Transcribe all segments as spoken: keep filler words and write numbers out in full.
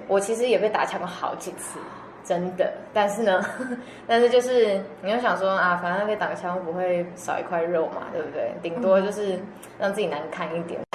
我其实也被打枪过好几次，真的。但是呢，但是就是你就想说啊，反正被打个枪不会少一块肉嘛，对不对？顶多就是让自己难看一点。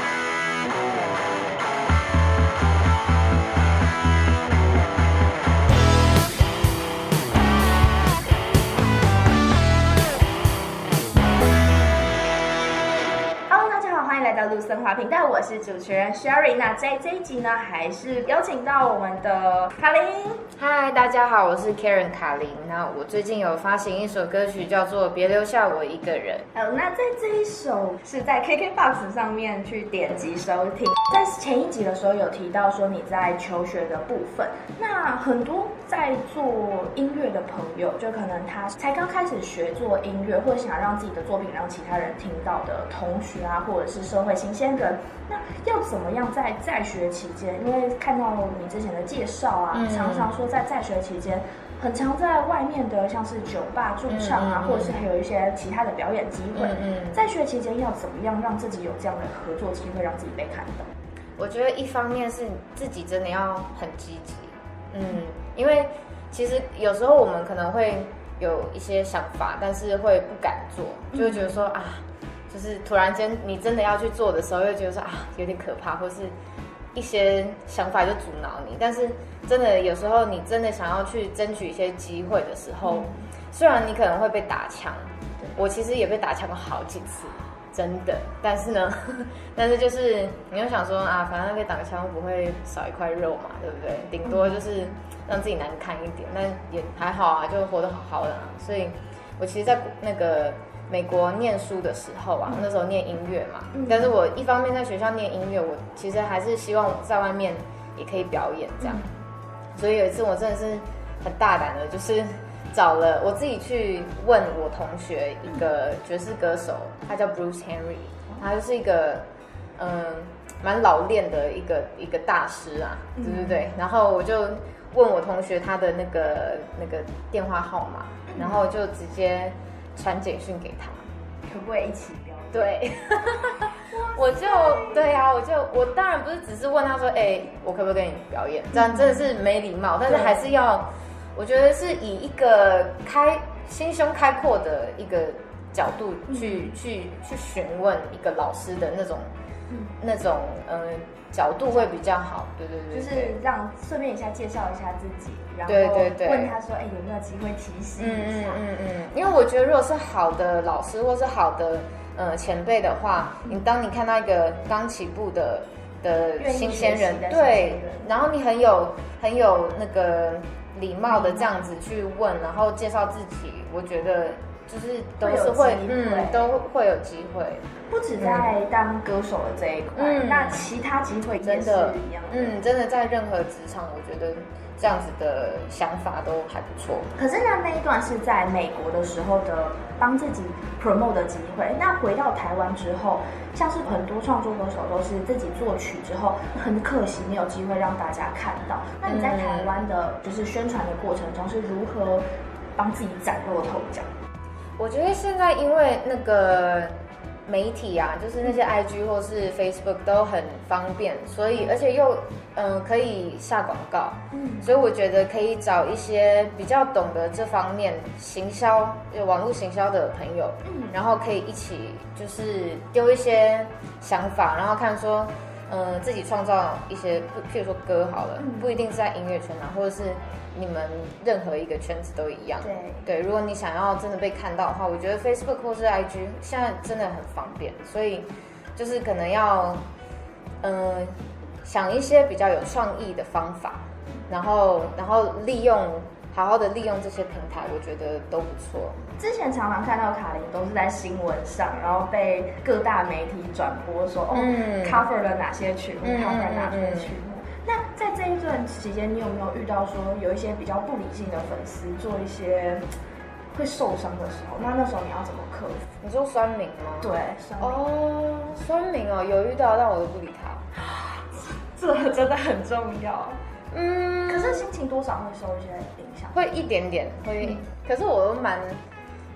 来到路森华频道，我是主持人 Sherry。那在这一集呢，还是邀请到我们的卡琳。 嗨，大家好，我是 Karen 卡琳。那我最近有发行一首歌曲，叫做《别留下我一个人》。 呃，那在这一首是在 K K B O X 上面去点击收听。在前一集的时候有提到说你在求学的部分，那很多在做音乐的朋友，就可能他才刚开始学做音乐，或者想让自己的作品让其他人听到的同学啊，或者是社会新鲜人，那要怎么样在在学期间？因为看到你之前的介绍啊，嗯、常常说在在学期间，很常在外面的像是酒吧驻唱啊，嗯、或者是还有一些其他的表演机会。嗯嗯、在学期间要怎么样让自己有这样的合作机会，让自己被看到？ 我觉得一方面是自己真的要很积极，嗯，因为其实有时候我们可能会有一些想法，但是会不敢做，就会觉得说、嗯、啊。就是突然间你真的要去做的时候，又觉得说啊有点可怕，或是一些想法就阻挠你。但是真的有时候你真的想要去争取一些机会的时候，嗯、虽然你可能会被打枪，我其实也被打枪过好几次，真的。但是呢，但是就是你又想说啊，反正被打个枪不会少一块肉嘛，对不对？顶多就是让自己难看一点，但也还好啊，就活得好好的啊。所以我其实，在那个美国念书的时候啊，那时候念音乐嘛，嗯、但是我一方面在学校念音乐，我其实还是希望我在外面也可以表演这样。嗯、所以有一次我真的是很大胆的，就是找了我自己去问我同学一个爵士歌手，他叫 Bruce Henry， 他就是一个嗯蛮老练的一个一个大师啊，对不对？嗯、然后我就问我同学他的那个那个电话号码，然后就直接传简讯给他， 可不可以一起表演？ 对，我就对啊，我就我当然不是只是问他说，哎、欸，我可不可以跟你表演？这样真的是没礼貌，但是还是要，我觉得是以一个开心胸开阔的一个角度去、嗯、去去询问一个老师的那种、嗯、那种嗯。呃角度会比较好，对对 对, 对，就是让顺便一下介绍一下自己，然后问他说，哎、欸，有没有机会提醒一下？嗯嗯嗯， 因为我觉得如果是好的老师或是好的呃前辈的话，嗯、你当你看到一个刚起步的的新鲜人，对，然后你很有很有那个礼貌的这样子去问，然后介绍自己，我觉得就是都是会，嗯，都会有机会。 不止在当歌手的这一块，嗯、那其他机会也是一样的。 嗯，真的在任何职场，我觉得这样子的想法都还不错。 可是呢，那一段是在美国的时候的帮自己 promote 的机会。那回到台湾之后，像是很多创作歌手都是自己作曲之后，很可惜没有机会让大家看到。那你在台湾的就是宣传的过程中，是如何帮自己崭露头角？ 我觉得现在因为那个媒体啊，就是那些 I G 或是 Facebook 都很方便，所以而且又嗯、呃、可以下广告，嗯，所以我觉得可以找一些比较懂得这方面行销、网络行销的朋友，嗯，然后可以一起就是丢一些想法，然后看说嗯、呃、自己创造一些，譬如说歌好了，不一定是在音乐圈啊，或者是你们任何一个圈子都一样。对对，如果你想要真的被看到的话，我觉得 Facebook 或是 I G 现在真的很方便，所以就是可能要嗯、呃、想一些比较有创意的方法，然后然后利用好好的利用这些平台，我觉得都不错。 之前常常看到卡琳都是在新闻上，然后被各大媒体转播说哦、嗯、cover 了哪些曲目、嗯、cover 哪些曲目。那在这一段期间，你有没有遇到说有一些比较不理性的粉丝做一些会受伤的时候？那那时候你要怎么克服？ 你说酸民吗？ 对，酸民哦，酸民哦，有遇到，但我都不理他。 这真的很重要。嗯，可是心情多少会受一些影响， 会一点点，会。嗯、可是我都蛮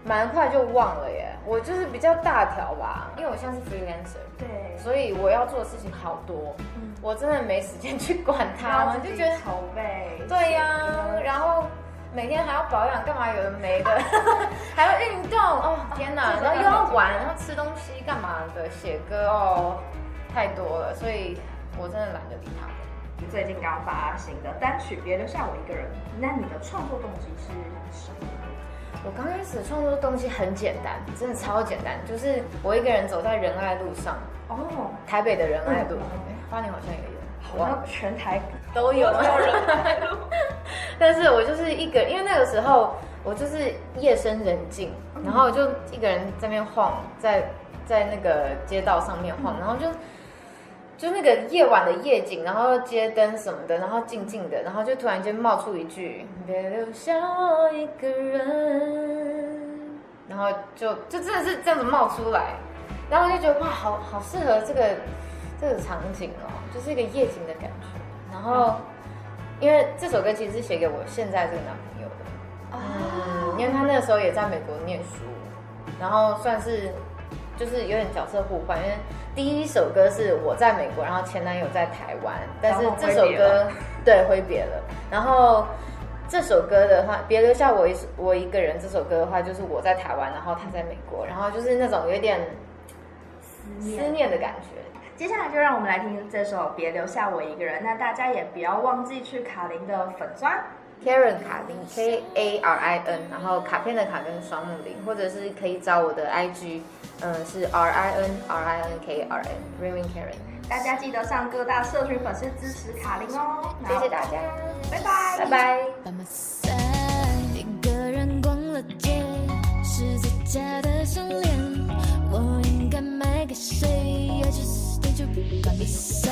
蛮快就忘了耶。我就是比较大条吧，因为我现在是 freelancer， 对， 所以我要做的事情好多，嗯、我真的没时间去管它， 我就觉得筹备。 对呀、啊，然后每天还要保养，干嘛有的没的，还要运动哦，天哪！然后又要玩，然后吃东西干嘛的，写歌哦，太多了，所以我真的懒得理他们。 最近刚发行的单曲《别留下我一个人》，那你的创作动机是什么？ 我刚开始创作动机很简单，真的超简单，就是我一个人走在仁爱路上，哦，台北的仁爱路，嗯、花莲好像也有， 好像全台都有仁爱路。但是我就是一个，因为那个时候我就是夜深人静，嗯、然后我就一个人在那边晃，在在那个街道上面晃，嗯、然后就。就那个夜晚的夜景，然后街灯什么的，然后静静的，然后就突然间冒出一句“别留下我一个人”，然后就就真的是这样子冒出来，然后我就觉得哇，好好适合这个这个场景哦，就是一个夜景的感觉。然后，因为这首歌其实是写给我现在这个男朋友的，嗯，因为他那个时候也在美国念书，然后算是就是有点角色互换，因为。第一首歌是我在美国，然后前男友在台湾，但是这首歌对挥别了。然后这首歌的话，别留下我一我一个人。这首歌的话，就是我在台湾，然后他在美国，然后就是那种有点思念思念的感觉。 接下来就让我们来听这首《别留下我一个人》。那大家也不要忘记去卡琳的粉专。 Karen 卡琳 K A R I N， 然后卡片的卡跟双木林，或者是可以找我的 I G， 嗯，是 R I N R I N K R N Ring Karen。 大家记得上各大社群粉丝支持卡琳哦， 谢谢大家， 拜拜， 拜拜。 一个人逛了街，十字架的项链，我应该买给谁 ？I just need you by my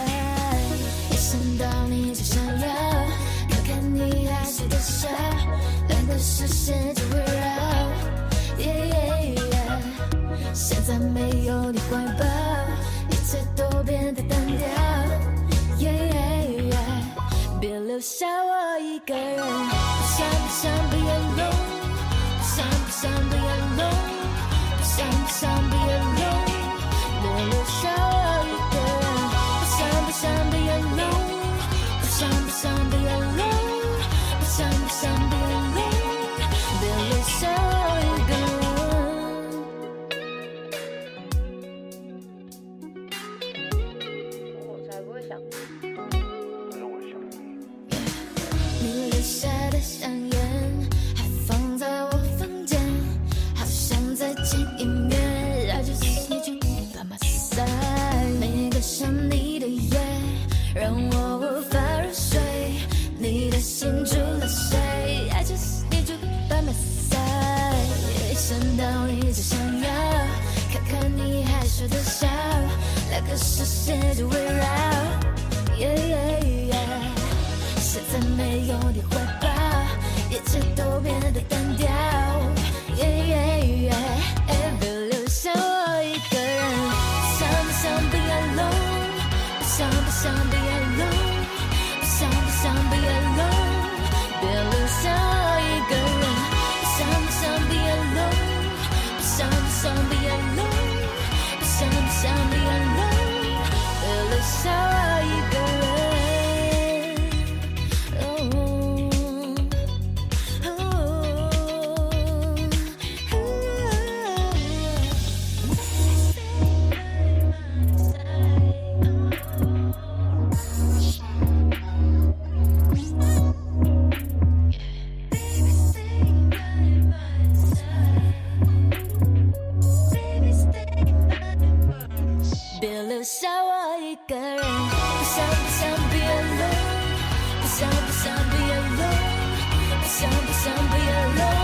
side。一想到你就想要。看你害羞的笑，两个视线就围绕。Yeah, yeah, yeah 现在没有你怀抱，一切都变得单调。Yeah, yeah, yeah 别留下我一个人，不想不想被淹没，不想不想被淹没，不想不想被淹没。别留下我一个人，不想不想被淹没，不想不想被淹没。想不想别离，别留下我一个人。我才不会想。 你留下的香烟还放在我房间，好像再见一面。I just need you by my side。每个想你的夜，让我无法入睡。你的心住了谁 ？I just need you by my side。一想到你就想要，看看你害羞的笑，两个视线就围绕。Yeah, yeah, yeah 现在没有你怀抱，一切都变得单调。Yeah, yeah, yeah 别留下我一个人，想不想被爱弄？不想不想被爱弄？想不想被爱弄？别留下我一个人。想不想被爱弄？不想不想被爱弄？不想不想被爱弄？别留下我一个人。别留下我一个人，不想不想被爱弄，不想不想被爱弄，不想不想被爱弄。